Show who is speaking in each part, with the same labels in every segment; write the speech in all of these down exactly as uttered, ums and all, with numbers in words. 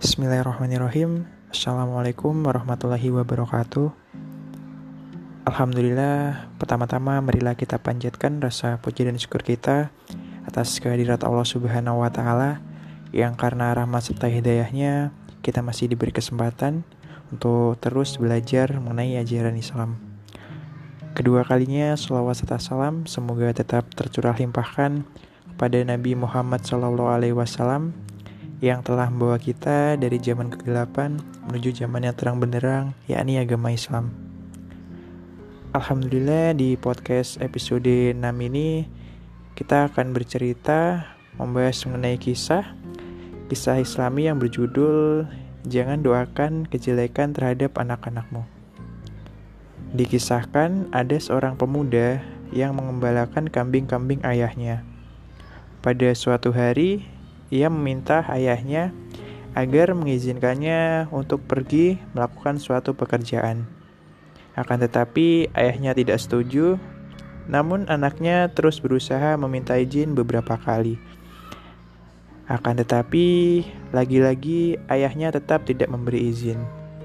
Speaker 1: Bismillahirrahmanirrahim. Assalamualaikum warahmatullahi wabarakatuh. Alhamdulillah, pertama-tama marilah kita panjatkan rasa puji dan syukur kita atas kehadirat Allah Subhanahu wa Ta'ala yang karena rahmat serta hidayahnya kita masih diberi kesempatan untuk terus belajar mengenai ajaran Islam. Kedua kalinya sholawat serta salam semoga tetap tercurah limpahkan kepada Nabi Muhammad shallallahu alaihi wasallam yang telah membawa kita dari zaman kegelapan menuju zaman yang terang benderang, yakni agama Islam. Alhamdulillah, di podcast episode enam ini kita akan bercerita membahas mengenai kisah kisah Islami yang berjudul Jangan Doakan Kejelekan Terhadap Anak-anakmu. Dikisahkan ada seorang pemuda yang mengembalakan kambing-kambing ayahnya. Pada suatu hari ia meminta ayahnya agar mengizinkannya untuk pergi melakukan suatu pekerjaan. Akan tetapi ayahnya tidak setuju, namun anaknya terus berusaha meminta izin beberapa kali. Akan tetapi lagi-lagi ayahnya tetap tidak memberi izin.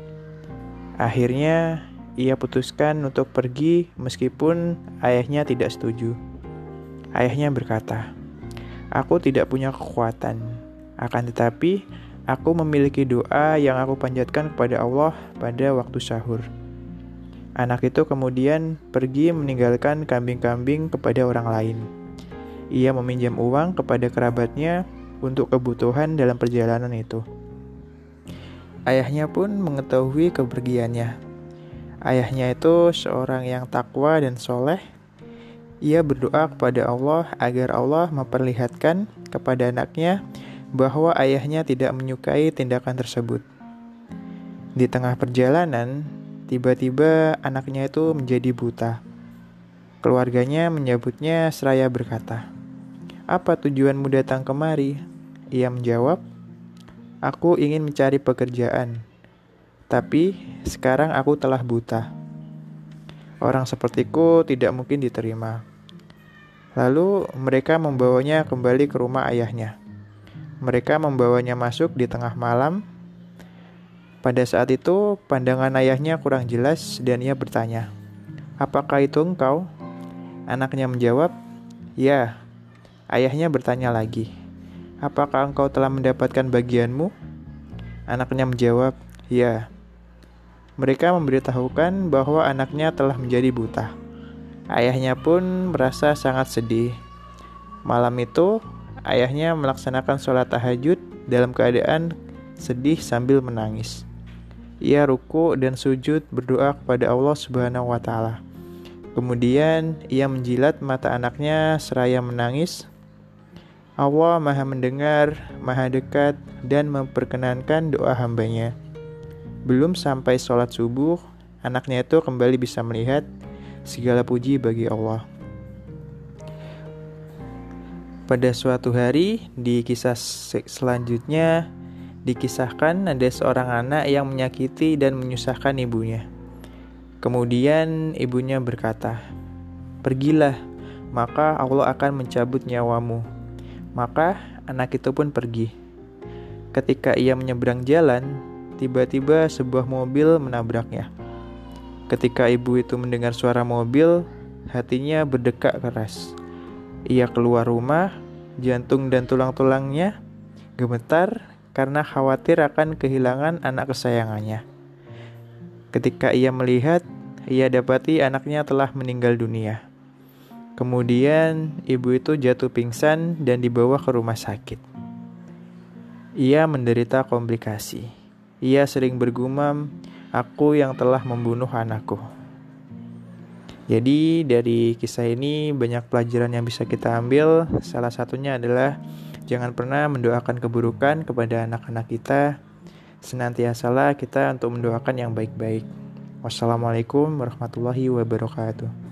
Speaker 1: Akhirnya ia putuskan untuk pergi meskipun ayahnya tidak setuju. Ayahnya berkata, "Aku tidak punya kekuatan, akan tetapi aku memiliki doa yang aku panjatkan kepada Allah pada waktu sahur." Anak itu kemudian pergi meninggalkan kambing-kambing kepada orang lain. Ia meminjam uang kepada kerabatnya untuk kebutuhan dalam perjalanan itu. Ayahnya pun mengetahui kepergiannya. Ayahnya itu seorang yang takwa dan soleh. Ia berdoa kepada Allah agar Allah memperlihatkan kepada anaknya bahwa ayahnya tidak menyukai tindakan tersebut. Di tengah perjalanan, tiba-tiba anaknya itu menjadi buta. Keluarganya menyambutnya seraya berkata, "Apa tujuanmu datang kemari?" Ia menjawab, "Aku ingin mencari pekerjaan, tapi sekarang aku telah buta. Orang sepertiku tidak mungkin diterima." Lalu mereka membawanya kembali ke rumah ayahnya. Mereka membawanya masuk di tengah malam. Pada saat itu pandangan ayahnya kurang jelas dan ia bertanya, "Apakah itu engkau?" Anaknya menjawab, "Ya." Ayahnya bertanya lagi, "Apakah engkau telah mendapatkan bagianmu?" Anaknya menjawab, "Ya." Mereka memberitahukan bahwa anaknya telah menjadi buta. Ayahnya pun merasa sangat sedih. Malam itu, ayahnya melaksanakan sholat tahajud dalam keadaan sedih sambil menangis. Ia ruku dan sujud berdoa kepada Allah Subhanahu wa Ta'ala. Kemudian ia menjilat mata anaknya seraya menangis. Allah Maha mendengar, Maha dekat, dan memperkenankan doa hambanya. Belum sampai sholat subuh, anaknya itu kembali bisa melihat. Segala puji bagi Allah. Pada suatu hari, di kisah selanjutnya, dikisahkan ada seorang anak yang menyakiti dan menyusahkan ibunya. Kemudian ibunya berkata, "Pergilah, maka Allah akan mencabut nyawamu." Maka anak itu pun pergi. Ketika ia menyeberang jalan, tiba-tiba sebuah mobil menabraknya. Ketika ibu itu mendengar suara mobil, hatinya berdekak keras. Ia keluar rumah, jantung dan tulang-tulangnya gemetar karena khawatir akan kehilangan anak kesayangannya. Ketika ia melihat, ia dapati anaknya telah meninggal dunia. Kemudian ibu itu jatuh pingsan dan dibawa ke rumah sakit. Ia menderita komplikasi. Ia sering bergumam, "Aku yang telah membunuh anakku." Jadi dari kisah ini banyak pelajaran yang bisa kita ambil. Salah satunya adalah jangan pernah mendoakan keburukan kepada anak-anak kita. Senantiasalah kita untuk mendoakan yang baik-baik. Wassalamualaikum warahmatullahi wabarakatuh.